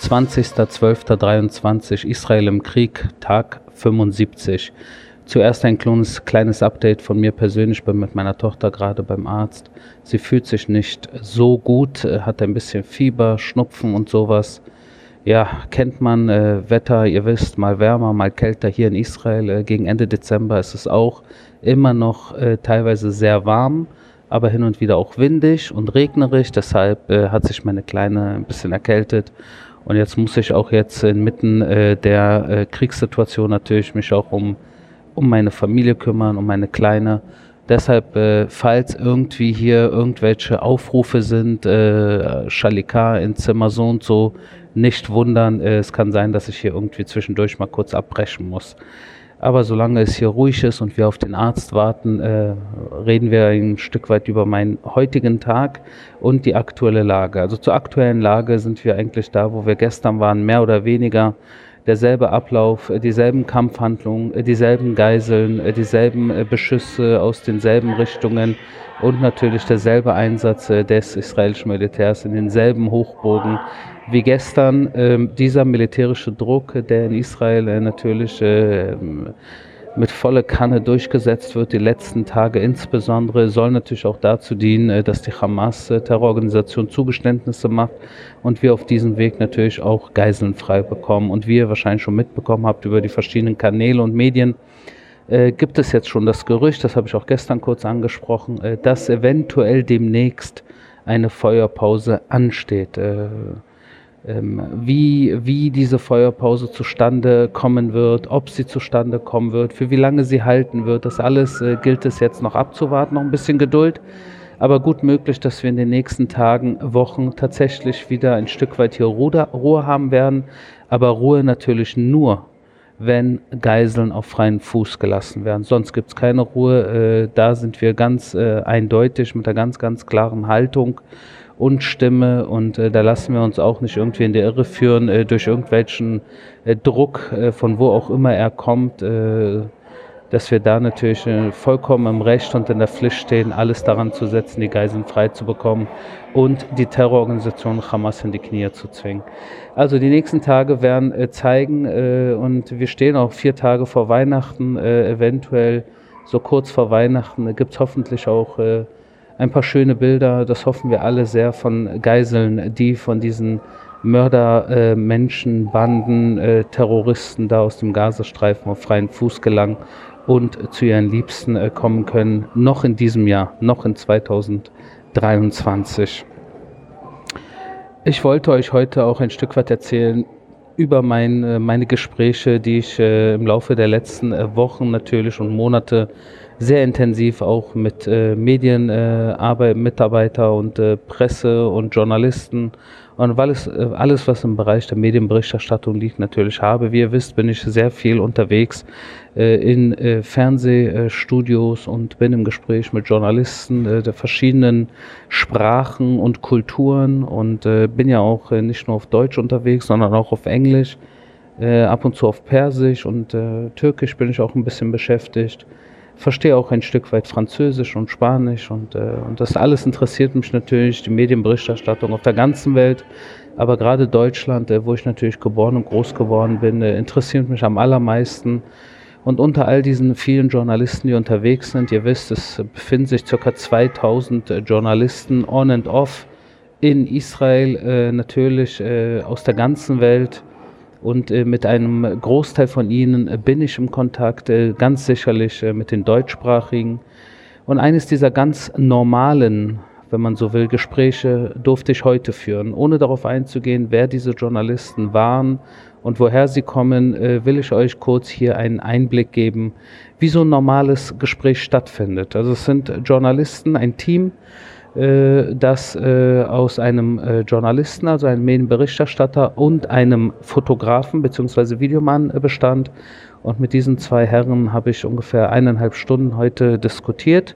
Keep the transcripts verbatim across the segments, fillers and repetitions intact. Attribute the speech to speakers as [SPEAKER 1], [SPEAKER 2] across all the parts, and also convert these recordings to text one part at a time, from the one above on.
[SPEAKER 1] zwanzigster zwölfter dreiundzwanzig, Israel im Krieg, Tag fünfundsiebzig. Zuerst ein kleines, kleines Update von mir persönlich. Ich bin mit meiner Tochter gerade beim Arzt. Sie fühlt sich nicht so gut, hat ein bisschen Fieber, Schnupfen und sowas. Ja, kennt man, äh, Wetter, ihr wisst, mal wärmer, mal kälter hier in Israel. Äh, gegen Ende Dezember ist es auch immer noch äh, teilweise sehr warm, aber hin und wieder auch windig und regnerisch. Deshalb äh, hat sich meine Kleine ein bisschen erkältet. Und jetzt muss ich auch jetzt inmitten äh, der äh, Kriegssituation natürlich mich auch um um meine Familie kümmern, um meine Kleine. Deshalb, äh, falls irgendwie hier irgendwelche Aufrufe sind, äh, Schalika in Zimmer so und so, nicht wundern. Äh, es kann sein, dass ich hier irgendwie zwischendurch mal kurz abbrechen muss. Aber solange es hier ruhig ist und wir auf den Arzt warten, äh, reden wir ein Stück weit über meinen heutigen Tag und die aktuelle Lage. Also zur aktuellen Lage sind wir eigentlich da, wo wir gestern waren, mehr oder weniger. Derselbe Ablauf, dieselben Kampfhandlungen, dieselben Geiseln, dieselben Beschüsse aus denselben Richtungen und natürlich derselbe Einsatz des israelischen Militärs in denselben Hochburgen wie gestern. Ähm, dieser militärische Druck, der in Israel äh, natürlich äh, mit voller Kanne durchgesetzt wird, die letzten Tage insbesondere, soll natürlich auch dazu dienen, dass die Hamas-Terrororganisation Zugeständnisse macht und wir auf diesem Weg natürlich auch Geiseln frei bekommen. Und wie ihr wahrscheinlich schon mitbekommen habt über die verschiedenen Kanäle und Medien, äh, gibt es jetzt schon das Gerücht, das habe ich auch gestern kurz angesprochen, äh, dass eventuell demnächst eine Feuerpause ansteht. Äh, Ähm, wie, wie diese Feuerpause zustande kommen wird, ob sie zustande kommen wird, für wie lange sie halten wird, das alles äh, gilt es jetzt noch abzuwarten, noch ein bisschen Geduld, aber gut möglich, dass wir in den nächsten Tagen, Wochen tatsächlich wieder ein Stück weit hier Ruhe, Ruhe haben werden, aber Ruhe natürlich nur, wenn Geiseln auf freien Fuß gelassen werden, sonst gibt es keine Ruhe, äh, da sind wir ganz äh, eindeutig mit einer ganz, ganz klaren Haltung und Stimme und äh, da lassen wir uns auch nicht irgendwie in die Irre führen äh, durch irgendwelchen äh, Druck, äh, von wo auch immer er kommt, äh, dass wir da natürlich äh, vollkommen im Recht und in der Pflicht stehen, alles daran zu setzen, die Geiseln frei zu bekommen und die Terrororganisation Hamas in die Knie zu zwingen. Also die nächsten Tage werden äh, zeigen äh, und wir stehen auch vier Tage vor Weihnachten, äh, eventuell so kurz vor Weihnachten äh, gibt es hoffentlich auch äh, ein paar schöne Bilder, das hoffen wir alle sehr, von Geiseln, die von diesen Mördermenschen, äh, Banden, äh, Terroristen da aus dem Gazastreifen auf freien Fuß gelangen und äh, zu ihren Liebsten äh, kommen können, noch in diesem Jahr, noch in zweitausenddreiundzwanzig. Ich wollte euch heute auch ein Stück weit erzählen über mein, äh, meine Gespräche, die ich äh, im Laufe der letzten äh, Wochen natürlich und Monate sehr intensiv auch mit äh, Medienarbeit, äh, Mitarbeiter und äh, Presse und Journalisten und weil es äh, alles, was im Bereich der Medienberichterstattung liegt, natürlich habe. Wie ihr wisst, bin ich sehr viel unterwegs äh, in äh, Fernsehstudios und bin im Gespräch mit Journalisten äh, der verschiedenen Sprachen und Kulturen und äh, bin ja auch äh, nicht nur auf Deutsch unterwegs, sondern auch auf Englisch, äh, ab und zu auf Persisch und äh, Türkisch bin ich auch ein bisschen beschäftigt. Verstehe auch ein Stück weit Französisch und Spanisch und, äh, und das alles interessiert mich natürlich, die Medienberichterstattung auf der ganzen Welt, aber gerade Deutschland, äh, wo ich natürlich geboren und groß geworden bin, äh, interessiert mich am allermeisten und unter all diesen vielen Journalisten, die unterwegs sind, ihr wisst, es befinden sich ca. zweitausend äh, Journalisten on and off in Israel, äh, natürlich äh, aus der ganzen Welt. Und äh, mit einem Großteil von ihnen äh, bin ich im Kontakt, äh, ganz sicherlich äh, mit den Deutschsprachigen. Und eines dieser ganz normalen, wenn man so will, Gespräche durfte ich heute führen. Ohne darauf einzugehen, wer diese Journalisten waren und woher sie kommen, äh, will ich euch kurz hier einen Einblick geben, wie so ein normales Gespräch stattfindet. Also es sind Journalisten, ein Team, das äh, aus einem äh, Journalisten, also einem Medienberichterstatter und einem Fotografen bzw. Videomann äh, bestand. Und mit diesen zwei Herren habe ich ungefähr eineinhalb Stunden heute diskutiert,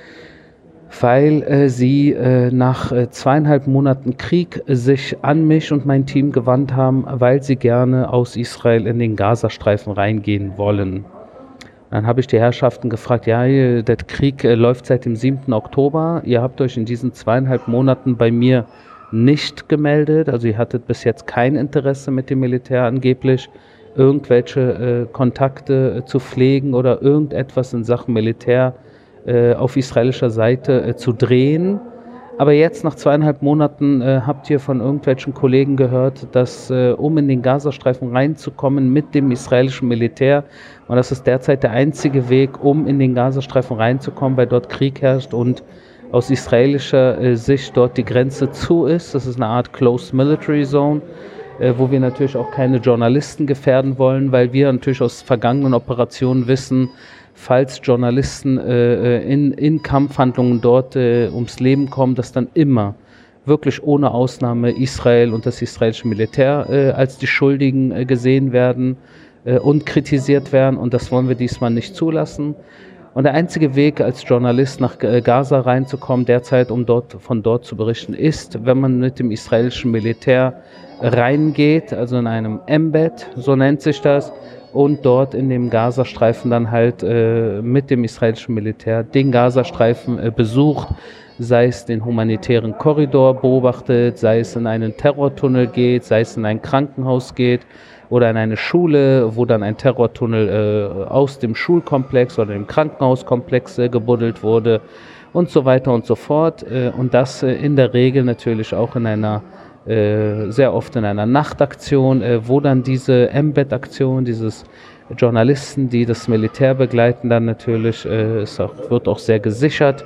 [SPEAKER 1] weil äh, sie äh, nach äh, zweieinhalb Monaten Krieg äh, sich an mich und mein Team gewandt haben, weil sie gerne aus Israel in den Gazastreifen reingehen wollen. Dann habe ich die Herrschaften gefragt, ja, der Krieg äh, läuft seit dem siebten Oktober. Ihr habt euch in diesen zweieinhalb Monaten bei mir nicht gemeldet. Also ihr hattet bis jetzt kein Interesse mit dem Militär angeblich, irgendwelche äh, Kontakte äh, zu pflegen oder irgendetwas in Sachen Militär äh, auf israelischer Seite äh, zu drehen. Aber jetzt nach zweieinhalb Monaten äh, habt ihr von irgendwelchen Kollegen gehört, dass äh, um in den Gazastreifen reinzukommen mit dem israelischen Militär, und das ist derzeit der einzige Weg, um in den Gazastreifen reinzukommen, weil dort Krieg herrscht und aus israelischer äh, Sicht dort die Grenze zu ist. Das ist eine Art Closed Military Zone, äh, wo wir natürlich auch keine Journalisten gefährden wollen, weil wir natürlich aus vergangenen Operationen wissen, falls Journalisten äh, in, in Kampfhandlungen dort äh, ums Leben kommen, dass dann immer, wirklich ohne Ausnahme, Israel und das israelische Militär äh, als die Schuldigen äh, gesehen werden äh, und kritisiert werden, und das wollen wir diesmal nicht zulassen. Und der einzige Weg als Journalist nach Gaza reinzukommen derzeit, um dort von dort zu berichten, ist, wenn man mit dem israelischen Militär reingeht, also in einem Embed, so nennt sich das, und dort in dem Gazastreifen dann halt äh, mit dem israelischen Militär den Gazastreifen äh, besucht, sei es den humanitären Korridor beobachtet, sei es in einen Terrortunnel geht, sei es in ein Krankenhaus geht oder in eine Schule, wo dann ein Terrortunnel äh, aus dem Schulkomplex oder dem Krankenhauskomplex äh, gebuddelt wurde und so weiter und so fort. Äh, und das äh, in der Regel natürlich auch in einer Äh, sehr oft in einer Nachtaktion, äh, wo dann diese Embed-Aktion, dieses Journalisten, die das Militär begleiten, dann natürlich, äh, es auch, wird auch sehr gesichert,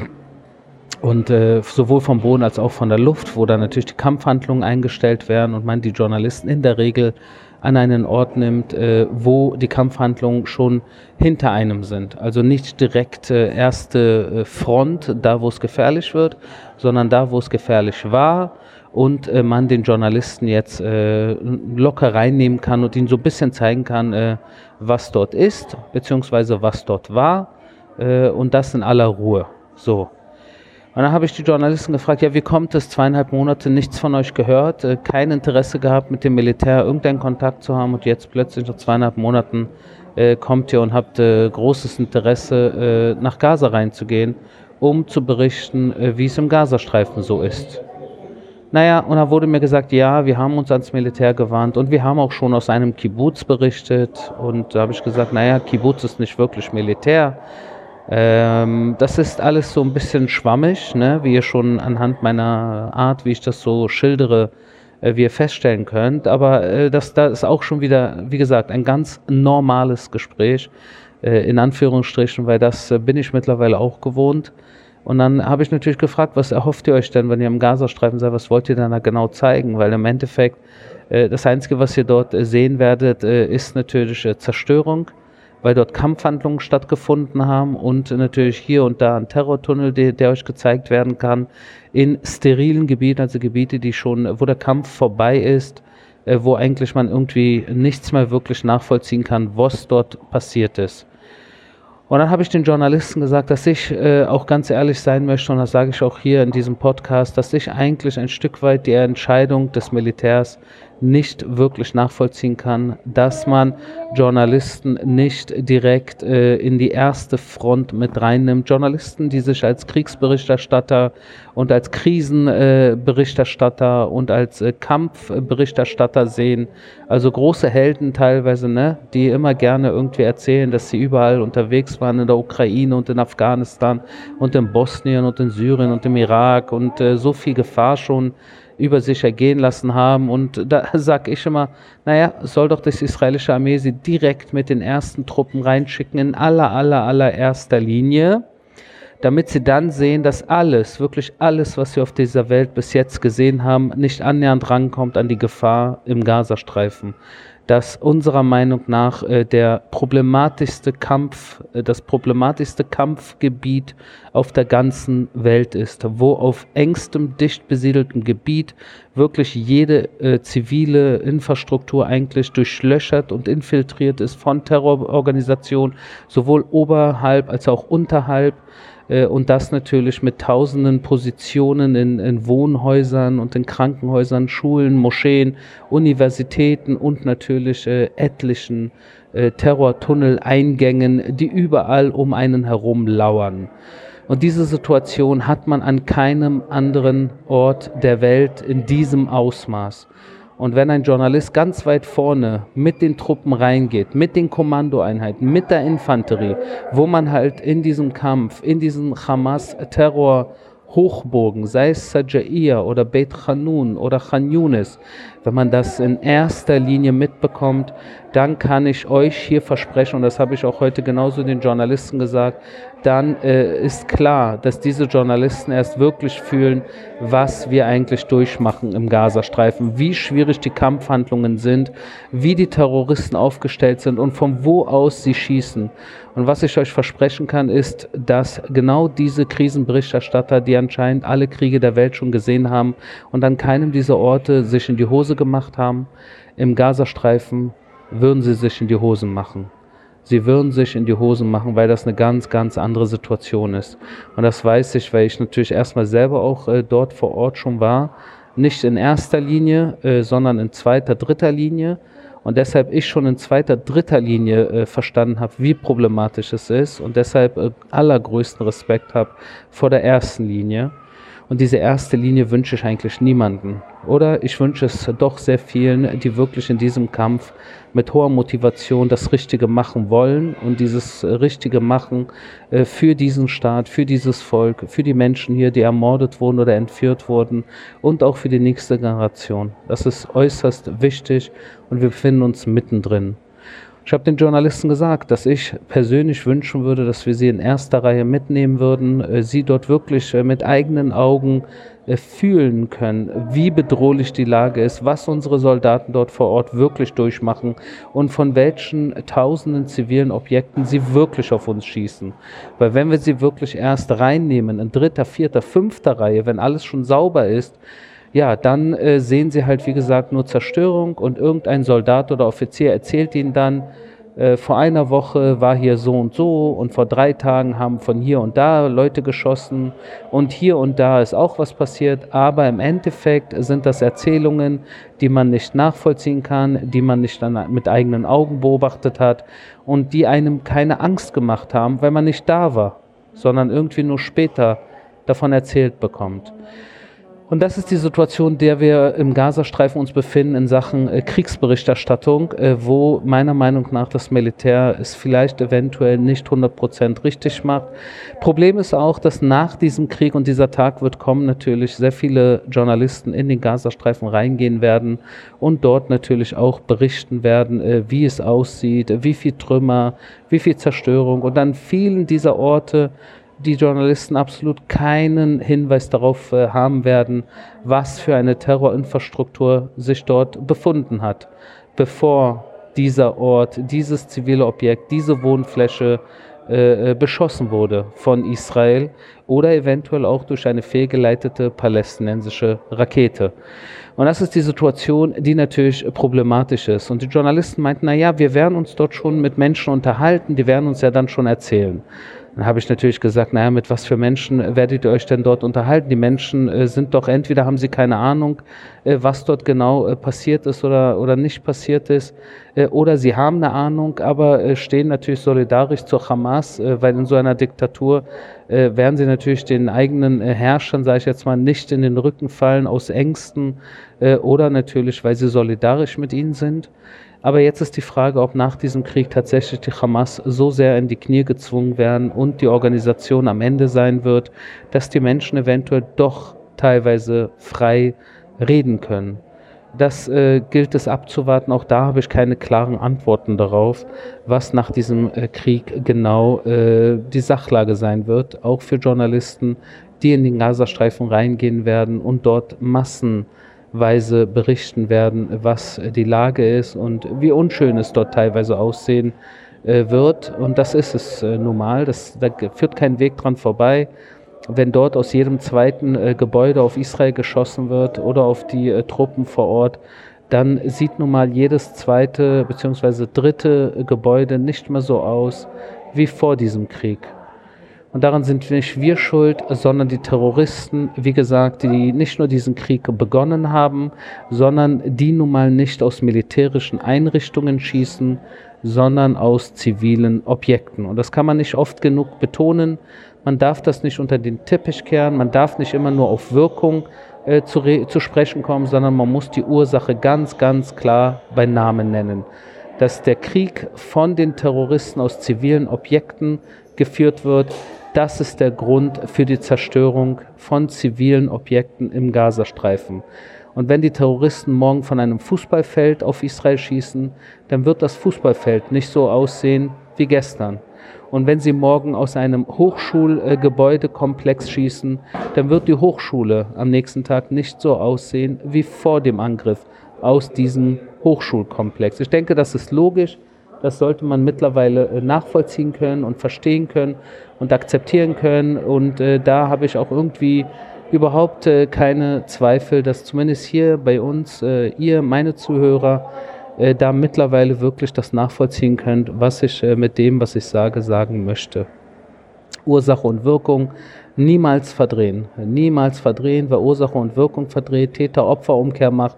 [SPEAKER 1] und äh, sowohl vom Boden als auch von der Luft, wo dann natürlich die Kampfhandlungen eingestellt werden und man die Journalisten in der Regel an einen Ort nimmt, äh, wo die Kampfhandlungen schon hinter einem sind. Also nicht direkt äh, erste äh, Front, da wo es gefährlich wird, sondern da wo es gefährlich war, und äh, man den Journalisten jetzt äh, locker reinnehmen kann und ihnen so ein bisschen zeigen kann, äh, was dort ist, beziehungsweise was dort war, äh, und das in aller Ruhe. So. Und dann habe ich die Journalisten gefragt, ja, wie kommt es, zweieinhalb Monate nichts von euch gehört, äh, kein Interesse gehabt, mit dem Militär irgendeinen Kontakt zu haben, und jetzt plötzlich nach zweieinhalb Monaten äh, kommt ihr und habt äh, großes Interesse, äh, nach Gaza reinzugehen, um zu berichten, äh, wie es im Gazastreifen so ist. Naja, und da wurde mir gesagt, ja, wir haben uns ans Militär gewandt und wir haben auch schon aus einem Kibbuz berichtet. Und da habe ich gesagt, naja, Kibbuz ist nicht wirklich Militär. Ähm, das ist alles so ein bisschen schwammig, ne? Wie ihr schon anhand meiner Art, wie ich das so schildere, äh, wie ihr feststellen könnt. Aber äh, das da ist auch schon wieder, wie gesagt, ein ganz normales Gespräch, äh, in Anführungsstrichen, weil das äh, bin ich mittlerweile auch gewohnt. Und dann habe ich natürlich gefragt, was erhofft ihr euch denn, wenn ihr im Gazastreifen seid, was wollt ihr denn da genau zeigen? Weil im Endeffekt äh, das Einzige, was ihr dort äh, sehen werdet, äh, ist natürlich äh, Zerstörung, weil dort Kampfhandlungen stattgefunden haben und äh, natürlich hier und da ein Terrortunnel, der, der euch gezeigt werden kann, in sterilen Gebieten, also Gebiete, die schon, wo der Kampf vorbei ist, äh, wo eigentlich man irgendwie nichts mehr wirklich nachvollziehen kann, was dort passiert ist. Und dann habe ich den Journalisten gesagt, dass ich äh, auch ganz ehrlich sein möchte, und das sage ich auch hier in diesem Podcast, dass ich eigentlich ein Stück weit die Entscheidung des Militärs nicht wirklich nachvollziehen kann, dass man Journalisten nicht direkt äh, in die erste Front mit reinnimmt. Journalisten, die sich als Kriegsberichterstatter und als Krisenberichterstatter äh, und als äh, Kampfberichterstatter sehen, also große Helden teilweise, ne, die immer gerne irgendwie erzählen, dass sie überall unterwegs waren, in der Ukraine und in Afghanistan und in Bosnien und in Syrien und im Irak, und äh, so viel Gefahr schon über sich ergehen lassen haben. Und da sage ich immer, naja, soll doch das israelische Armee sie direkt mit den ersten Truppen reinschicken, in aller, aller, allererster Linie, damit sie dann sehen, dass alles, wirklich alles, was wir auf dieser Welt bis jetzt gesehen haben, nicht annähernd rankommt an die Gefahr im Gazastreifen. Dass unserer Meinung nach äh, der problematischste Kampf, äh, das problematischste Kampfgebiet auf der ganzen Welt ist, wo auf engstem, dicht besiedeltem Gebiet wirklich jede äh, zivile Infrastruktur eigentlich durchlöchert und infiltriert ist von Terrororganisationen, sowohl oberhalb als auch unterhalb. Und das natürlich mit tausenden Positionen in, in Wohnhäusern und in Krankenhäusern, Schulen, Moscheen, Universitäten und natürlich äh, etlichen äh, Terrortunneleingängen, die überall um einen herum lauern. Und diese Situation hat man an keinem anderen Ort der Welt in diesem Ausmaß. Und wenn ein Journalist ganz weit vorne mit den Truppen reingeht, mit den Kommandoeinheiten, mit der Infanterie, wo man halt in diesem Kampf, in diesen Hamas-Terror Hochburgen, sei es Sajaiya oder Beit Hanun oder Khan Yunis, wenn man das in erster Linie mitbekommt, dann kann ich euch hier versprechen, und das habe ich auch heute genauso den Journalisten gesagt, dann äh, ist klar, dass diese Journalisten erst wirklich fühlen, was wir eigentlich durchmachen im Gazastreifen, wie schwierig die Kampfhandlungen sind, wie die Terroristen aufgestellt sind und von wo aus sie schießen. Und was ich euch versprechen kann, ist, dass genau diese Krisenberichterstatter, die anscheinend alle Kriege der Welt schon gesehen haben und an keinem dieser Orte sich in die Hose gemacht haben, im Gazastreifen würden sie sich in die Hosen machen. Sie würden sich in die Hosen machen, weil das eine ganz, ganz andere Situation ist. Und das weiß ich, weil ich natürlich erstmal selber auch äh, dort vor Ort schon war. Nicht in erster Linie, äh, sondern in zweiter, dritter Linie. Und deshalb ich schon in zweiter, dritter Linie äh, verstanden habe, wie problematisch es ist. Und deshalb äh, allergrößten Respekt habe vor der ersten Linie. Und diese erste Linie wünsche ich eigentlich niemanden. Oder ich wünsche es doch sehr vielen, die wirklich in diesem Kampf mit hoher Motivation das Richtige machen wollen und dieses Richtige machen äh, für diesen Staat, für dieses Volk, für die Menschen hier, die ermordet wurden oder entführt wurden und auch für die nächste Generation. Das ist äußerst wichtig und wir befinden uns mittendrin. Ich habe den Journalisten gesagt, dass ich persönlich wünschen würde, dass wir sie in erster Reihe mitnehmen würden, äh, sie dort wirklich äh, mit eigenen Augen äh, fühlen können, wie bedrohlich die Lage ist, was unsere Soldaten dort vor Ort wirklich durchmachen und von welchen tausenden zivilen Objekten sie wirklich auf uns schießen. Weil wenn wir sie wirklich erst reinnehmen, in dritter, vierter, fünfter Reihe, wenn alles schon sauber ist, ja, dann äh, sehen sie halt, wie gesagt, nur Zerstörung und irgendein Soldat oder Offizier erzählt ihnen dann, äh, vor einer Woche war hier so und so und vor drei Tagen haben von hier und da Leute geschossen und hier und da ist auch was passiert, aber im Endeffekt sind das Erzählungen, die man nicht nachvollziehen kann, die man nicht dann mit eigenen Augen beobachtet hat und die einem keine Angst gemacht haben, weil man nicht da war, sondern irgendwie nur später davon erzählt bekommt. Und das ist die Situation, in der wir im Gazastreifen uns befinden in Sachen äh, Kriegsberichterstattung, äh, wo meiner Meinung nach das Militär es vielleicht eventuell nicht hundert Prozent richtig macht. Problem ist auch, dass nach diesem Krieg, und dieser Tag wird kommen, natürlich sehr viele Journalisten in den Gazastreifen reingehen werden und dort natürlich auch berichten werden, äh, wie es aussieht, wie viel Trümmer, wie viel Zerstörung und an vielen dieser Orte die Journalisten absolut keinen Hinweis darauf äh, haben werden, was für eine Terrorinfrastruktur sich dort befunden hat, bevor dieser Ort, dieses zivile Objekt, diese Wohnfläche äh, beschossen wurde von Israel oder eventuell auch durch eine fehlgeleitete palästinensische Rakete. Und das ist die Situation, die natürlich problematisch ist. Und die Journalisten meinten, naja, wir werden uns dort schon mit Menschen unterhalten, die werden uns ja dann schon erzählen. Dann habe ich natürlich gesagt, naja, mit was für Menschen werdet ihr euch denn dort unterhalten? Die Menschen äh, sind doch, entweder haben sie keine Ahnung, äh, was dort genau äh, passiert ist oder, oder nicht passiert ist, äh, oder sie haben eine Ahnung, aber äh, stehen natürlich solidarisch zur Hamas, äh, weil in so einer Diktatur äh, werden sie natürlich den eigenen äh, Herrschern, sage ich jetzt mal, nicht in den Rücken fallen aus Ängsten äh, oder natürlich, weil sie solidarisch mit ihnen sind. Aber jetzt ist die Frage, ob nach diesem Krieg tatsächlich die Hamas so sehr in die Knie gezwungen werden und die Organisation am Ende sein wird, dass die Menschen eventuell doch teilweise frei reden können. Das äh, gilt es abzuwarten. Auch da habe ich keine klaren Antworten darauf, was nach diesem äh, Krieg genau äh, die Sachlage sein wird. Auch für Journalisten, die in den Gazastreifen reingehen werden und dort Massen Weise berichten werden, was die Lage ist und wie unschön es dort teilweise aussehen äh, wird. Und das ist es äh, normal, das, da führt kein Weg dran vorbei. Wenn dort aus jedem zweiten äh, Gebäude auf Israel geschossen wird oder auf die äh, Truppen vor Ort, dann sieht nun mal jedes zweite bzw. dritte Gebäude nicht mehr so aus wie vor diesem Krieg. Und daran sind nicht wir schuld, sondern die Terroristen, wie gesagt, die nicht nur diesen Krieg begonnen haben, sondern die nun mal nicht aus militärischen Einrichtungen schießen, sondern aus zivilen Objekten. Und das kann man nicht oft genug betonen, Man darf das nicht unter den Teppich kehren, man darf nicht immer nur auf Wirkung äh, zu, re- zu sprechen kommen, sondern man muss die Ursache ganz, ganz klar bei Namen nennen. Dass der Krieg von den Terroristen aus zivilen Objekten geführt wird, das ist der Grund für die Zerstörung von zivilen Objekten im Gazastreifen. Und wenn die Terroristen morgen von einem Fußballfeld auf Israel schießen, dann wird das Fußballfeld nicht so aussehen wie gestern. Und wenn sie morgen aus einem Hochschulgebäudekomplex schießen, dann wird die Hochschule am nächsten Tag nicht so aussehen wie vor dem Angriff aus diesem Hochschulkomplex. Ich denke, das ist logisch. Das sollte man mittlerweile nachvollziehen können und verstehen können und akzeptieren können. Und äh, da habe ich auch irgendwie überhaupt äh, keine Zweifel, dass zumindest hier bei uns, äh, ihr, meine Zuhörer, äh, da mittlerweile wirklich das nachvollziehen könnt, was ich äh, mit dem, was ich sage, sagen möchte. Ursache und Wirkung niemals verdrehen. Niemals verdrehen, wer Ursache und Wirkung verdreht, Täter-Opfer-Umkehr macht.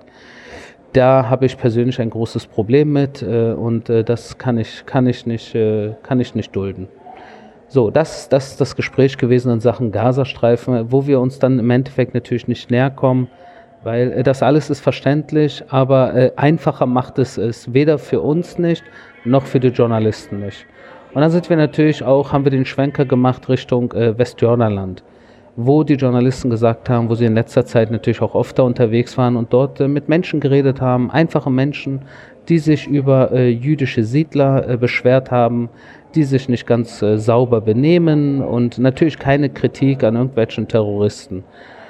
[SPEAKER 1] Da habe ich persönlich ein großes Problem mit äh, und äh, das kann ich, kann, ich nicht, äh, kann ich nicht dulden. So, das, das ist das Gespräch gewesen in Sachen Gazastreifen, wo wir uns dann im Endeffekt natürlich nicht näher kommen, weil äh, das alles ist verständlich, aber äh, einfacher macht es es weder für uns nicht, noch für die Journalisten nicht. Und dann sind wir natürlich auch, haben wir den Schwenker gemacht Richtung äh, Westjordanland, wo die Journalisten gesagt haben, wo sie in letzter Zeit natürlich auch oft da unterwegs waren und dort äh, mit Menschen geredet haben, einfache Menschen, die sich über äh, jüdische Siedler äh, beschwert haben, die sich nicht ganz äh, sauber benehmen und natürlich keine Kritik an irgendwelchen Terroristen.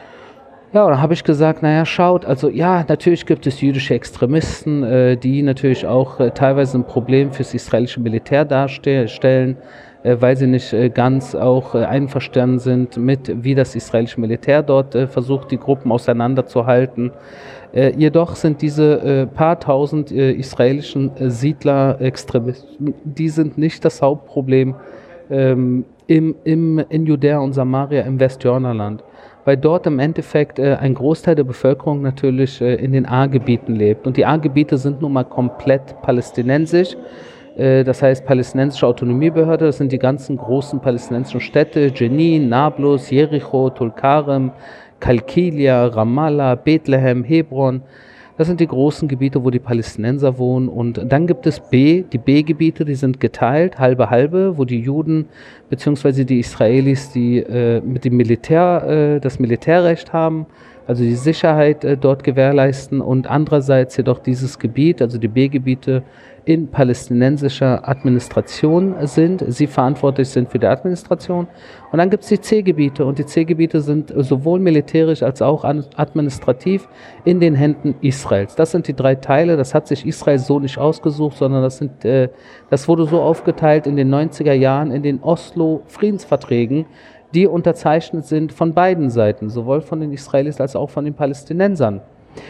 [SPEAKER 1] Ja, und dann habe ich gesagt, naja, schaut, also ja, natürlich gibt es jüdische Extremisten, äh, die natürlich auch äh, teilweise ein Problem fürs israelische Militär darstellen, äh, weil sie nicht äh, ganz auch äh, einverstanden sind mit, wie das israelische Militär dort äh, versucht, die Gruppen auseinanderzuhalten. Äh, jedoch sind diese äh, paar tausend äh, israelischen äh, Siedler, Extremisten, die sind nicht das Hauptproblem ähm, im, im, in Judäa und Samaria im Westjordanland, weil dort im Endeffekt äh, ein Großteil der Bevölkerung natürlich äh, in den A-Gebieten lebt. Und die A-Gebiete sind nun mal komplett palästinensisch. Äh, das heißt palästinensische Autonomiebehörde, das sind die ganzen großen palästinensischen Städte, Jenin, Nablus, Jericho, Tulkarem, Kalkilia, Ramallah, Bethlehem, Hebron. Das sind die großen Gebiete, wo die Palästinenser wohnen. Und dann gibt es B, die B-Gebiete, die sind geteilt, halbe halbe, wo die Juden bzw. die Israelis die äh, mit dem Militär äh, das Militärrecht haben, also die Sicherheit äh, dort gewährleisten und andererseits jedoch dieses Gebiet, also die B-Gebiete, in palästinensischer Administration sind, sie verantwortlich sind für die Administration. Und dann gibt es die C-Gebiete und die C-Gebiete sind sowohl militärisch als auch administrativ in den Händen Israels. Das sind die drei Teile, das hat sich Israel so nicht ausgesucht, sondern das, sind, äh, das wurde so aufgeteilt in den neunziger Jahren in den Oslo-Friedensverträgen, die unterzeichnet sind von beiden Seiten, sowohl von den Israelis als auch von den Palästinensern.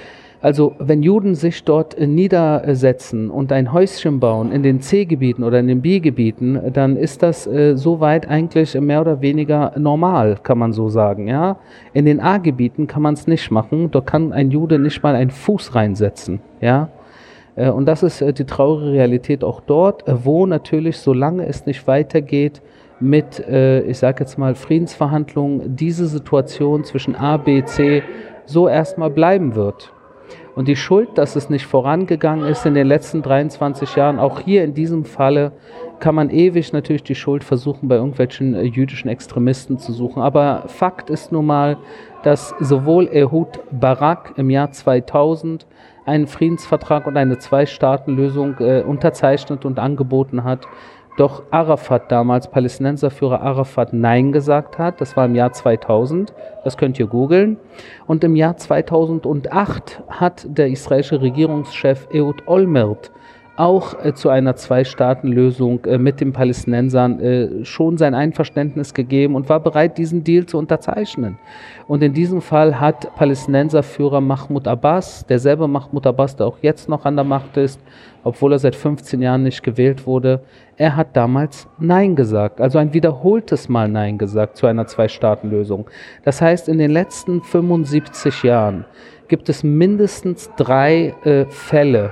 [SPEAKER 1] Also wenn Juden sich dort niedersetzen und ein Häuschen bauen in den C-Gebieten oder in den B-Gebieten, dann ist das äh, soweit eigentlich mehr oder weniger normal, kann man so sagen. Ja? In den A-Gebieten kann man es nicht machen, dort kann ein Jude nicht mal einen Fuß reinsetzen. Ja? Äh, und das ist äh, die traurige Realität auch dort, äh, wo natürlich, solange es nicht weitergeht mit, äh, ich sage jetzt mal, Friedensverhandlungen, diese Situation zwischen A, B, C so erstmal bleiben wird. Und die Schuld, dass es nicht vorangegangen ist in den letzten dreiundzwanzig Jahren, auch hier in diesem Falle, kann man ewig natürlich die Schuld versuchen, bei irgendwelchen äh, jüdischen Extremisten zu suchen. Aber Fakt ist nun mal, dass sowohl Ehud Barak im Jahr zweitausend einen Friedensvertrag und eine Zwei-Staaten-Lösung äh, unterzeichnet und angeboten hat, doch Arafat damals, Palästinenserführer Arafat, Nein gesagt hat. Das war im Jahr zweitausend, das könnt ihr googeln. Und im Jahr zweitausendacht hat der israelische Regierungschef Ehud Olmert auch äh, zu einer Zwei-Staaten-Lösung äh, mit den Palästinensern äh, schon sein Einverständnis gegeben und war bereit, diesen Deal zu unterzeichnen. Und in diesem Fall hat Palästinenserführer Mahmoud Abbas, derselbe Mahmoud Abbas, der auch jetzt noch an der Macht ist, obwohl er seit fünfzehn Jahren nicht gewählt wurde, er hat damals Nein gesagt, also ein wiederholtes Mal Nein gesagt zu einer Zwei-Staaten-Lösung. Das heißt, in den letzten fünfundsiebzig Jahren gibt es mindestens drei äh, Fälle,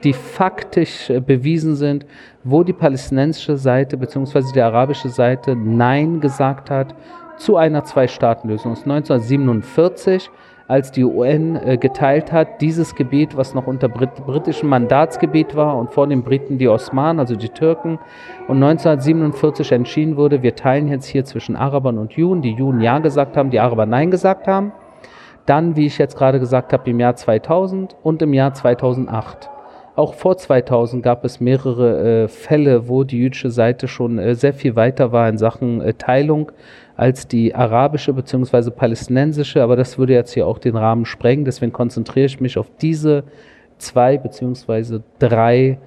[SPEAKER 1] die faktisch äh, bewiesen sind, wo die palästinensische Seite bzw. die arabische Seite Nein gesagt hat zu einer Zwei-Staaten-Lösung. Das ist neunzehnhundertsiebenundvierzig, als die U N äh, geteilt hat, dieses Gebiet, was noch unter Brit britischem Mandatsgebiet war und vor den Briten die Osmanen, also die Türken, und neunzehnhundertsiebenundvierzig entschieden wurde, wir teilen jetzt hier zwischen Arabern und Juden, die Juden Ja gesagt haben, die Araber Nein gesagt haben. Dann, wie ich jetzt gerade gesagt habe, im Jahr zweitausend und im Jahr zweitausendacht. Auch vor zweitausend gab es mehrere äh, Fälle, wo die jüdische Seite schon äh, sehr viel weiter war in Sachen äh, Teilung als die arabische bzw. palästinensische, aber das würde jetzt hier auch den Rahmen sprengen, deswegen konzentriere ich mich auf diese zwei bzw. drei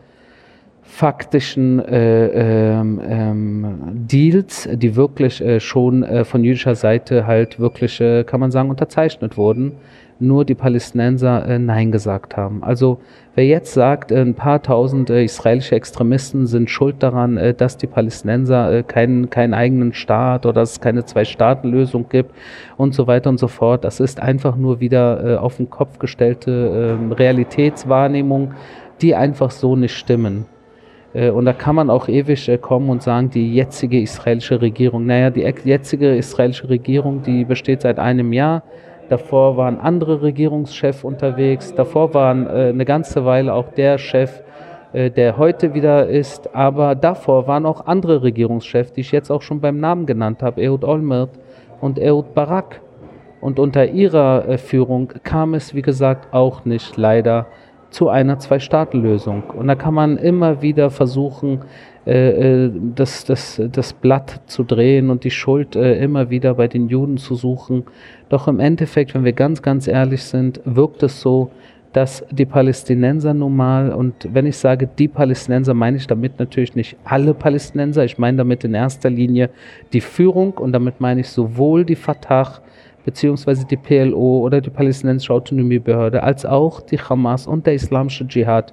[SPEAKER 1] faktischen äh, ähm, ähm, Deals, die wirklich äh, schon äh, von jüdischer Seite halt wirklich, äh, kann man sagen, unterzeichnet wurden, nur die Palästinenser äh, Nein gesagt haben. Also wer jetzt sagt, äh, ein paar tausend äh, israelische Extremisten sind schuld daran, äh, dass die Palästinenser äh, keinen, keinen eigenen Staat oder dass es keine Zwei-Staaten-Lösung gibt und so weiter und so fort, das ist einfach nur wieder äh, auf den Kopf gestellte äh, Realitätswahrnehmung, die einfach so nicht stimmen. Und da kann man auch ewig kommen und sagen, die jetzige israelische Regierung, naja, die jetzige israelische Regierung, die besteht seit einem Jahr. Davor waren andere Regierungschefs unterwegs. Davor war eine ganze Weile auch der Chef, der heute wieder ist. Aber davor waren auch andere Regierungschefs, die ich jetzt auch schon beim Namen genannt habe, Ehud Olmert und Ehud Barak. Und unter ihrer Führung kam es, wie gesagt, auch nicht leider zu einer Zwei-Staaten-Lösung. Und da kann man immer wieder versuchen, äh, das, das, das Blatt zu drehen und die Schuld äh, immer wieder bei den Juden zu suchen. Doch im Endeffekt, wenn wir ganz, ganz ehrlich sind, wirkt es so, dass die Palästinenser nun mal, und wenn ich sage die Palästinenser, meine ich damit natürlich nicht alle Palästinenser, ich meine damit in erster Linie die Führung und damit meine ich sowohl die Fatah, beziehungsweise die P L O oder die Palästinensische Autonomiebehörde, als auch die Hamas und der Islamische Dschihad.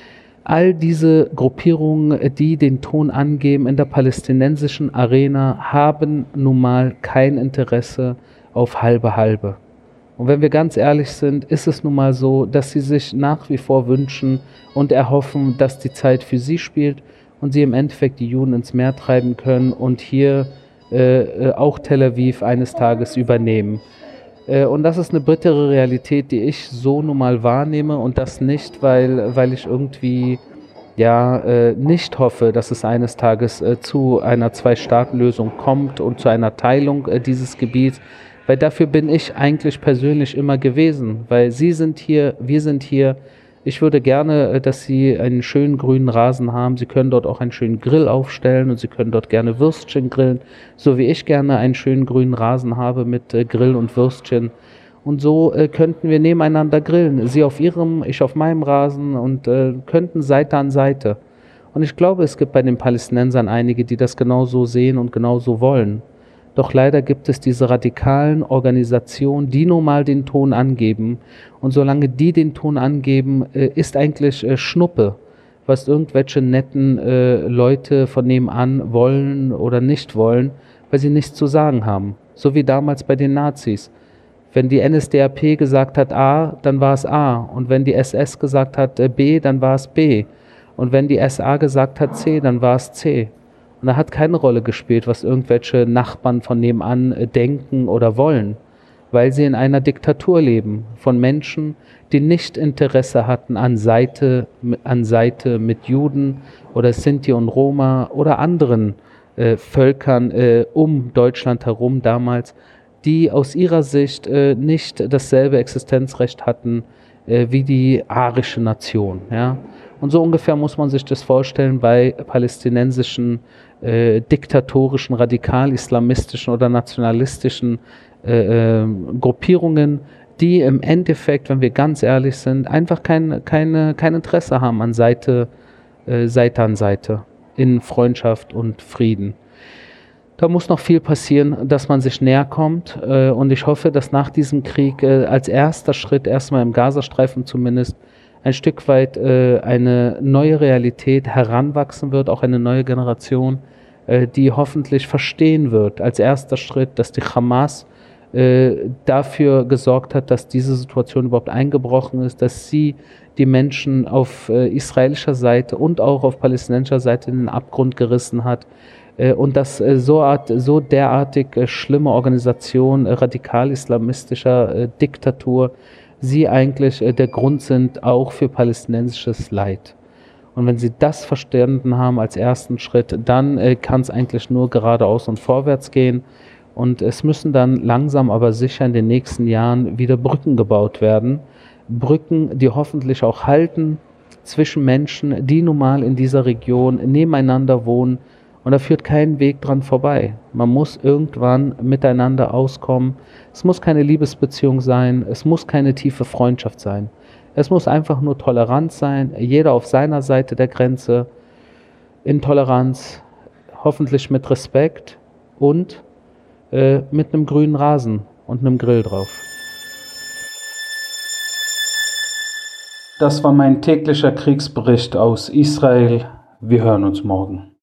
[SPEAKER 1] All diese Gruppierungen, die den Ton angeben in der palästinensischen Arena, haben nun mal kein Interesse auf halbe halbe. Und wenn wir ganz ehrlich sind, ist es nun mal so, dass sie sich nach wie vor wünschen und erhoffen, dass die Zeit für sie spielt und sie im Endeffekt die Juden ins Meer treiben können und hier Äh, auch Tel Aviv eines Tages übernehmen. Äh, und das ist eine bittere Realität, die ich so nun mal wahrnehme und das nicht, weil, weil ich irgendwie ja, äh, nicht hoffe, dass es eines Tages äh, zu einer Zwei-Staaten-Lösung kommt und zu einer Teilung äh, dieses Gebiets, weil dafür bin ich eigentlich persönlich immer gewesen, weil Sie sind hier, wir sind hier. Ich würde gerne, dass Sie einen schönen grünen Rasen haben. Sie können dort auch einen schönen Grill aufstellen und Sie können dort gerne Würstchen grillen, so wie ich gerne einen schönen grünen Rasen habe mit äh, Grill und Würstchen. Und so äh, könnten wir nebeneinander grillen. Sie auf Ihrem, ich auf meinem Rasen und äh, könnten Seite an Seite. Und ich glaube, es gibt bei den Palästinensern einige, die das genauso sehen und genauso wollen. Doch leider gibt es diese radikalen Organisationen, die nun mal den Ton angeben. Und solange die den Ton angeben, ist eigentlich Schnuppe, was irgendwelche netten Leute von nebenan wollen oder nicht wollen, weil sie nichts zu sagen haben. So wie damals bei den Nazis. Wenn die N S D A P gesagt hat A, dann war es A. Und wenn die S S gesagt hat B, dann war es B. Und wenn die S A gesagt hat C, dann war es C. Und da hat keine Rolle gespielt, was irgendwelche Nachbarn von nebenan denken oder wollen, weil sie in einer Diktatur leben von Menschen, die nicht Interesse hatten an Seite, an Seite mit Juden oder Sinti und Roma oder anderen äh, Völkern äh, um Deutschland herum damals, die aus ihrer Sicht äh, nicht dasselbe Existenzrecht hatten äh, wie die arische Nation. Ja? Und so ungefähr muss man sich das vorstellen bei palästinensischen, äh, diktatorischen, radikal-islamistischen oder nationalistischen äh, äh, Gruppierungen, die im Endeffekt, wenn wir ganz ehrlich sind, einfach kein, keine, kein Interesse haben an Seite, äh, Seite an Seite in Freundschaft und Frieden. Da muss noch viel passieren, dass man sich näher kommt äh, und ich hoffe, dass nach diesem Krieg äh, als erster Schritt, erstmal im Gazastreifen zumindest, ein Stück weit äh, eine neue Realität heranwachsen wird, auch eine neue Generation, äh, die hoffentlich verstehen wird, als erster Schritt, dass die Hamas äh, dafür gesorgt hat, dass diese Situation überhaupt eingebrochen ist, dass sie die Menschen auf äh, israelischer Seite und auch auf palästinensischer Seite in den Abgrund gerissen hat. Äh, und dass äh, so, art, so derartig äh, schlimme Organisation äh, radikal-islamistischer äh, Diktatur, sie eigentlich äh, der Grund sind auch für palästinensisches Leid. Und wenn sie das verstanden haben als ersten Schritt, dann äh, kann es eigentlich nur geradeaus und vorwärts gehen. Und es müssen dann langsam aber sicher in den nächsten Jahren wieder Brücken gebaut werden. Brücken, die hoffentlich auch halten zwischen Menschen, die nun mal in dieser Region nebeneinander wohnen. Und da führt kein Weg dran vorbei. Man muss irgendwann miteinander auskommen. Es muss keine Liebesbeziehung sein, es muss keine tiefe Freundschaft sein. Es muss einfach nur Toleranz sein, jeder auf seiner Seite der Grenze, in Toleranz, hoffentlich mit Respekt und äh, mit einem grünen Rasen und einem Grill drauf. Das war mein täglicher Kriegsbericht aus Israel. Wir hören uns morgen.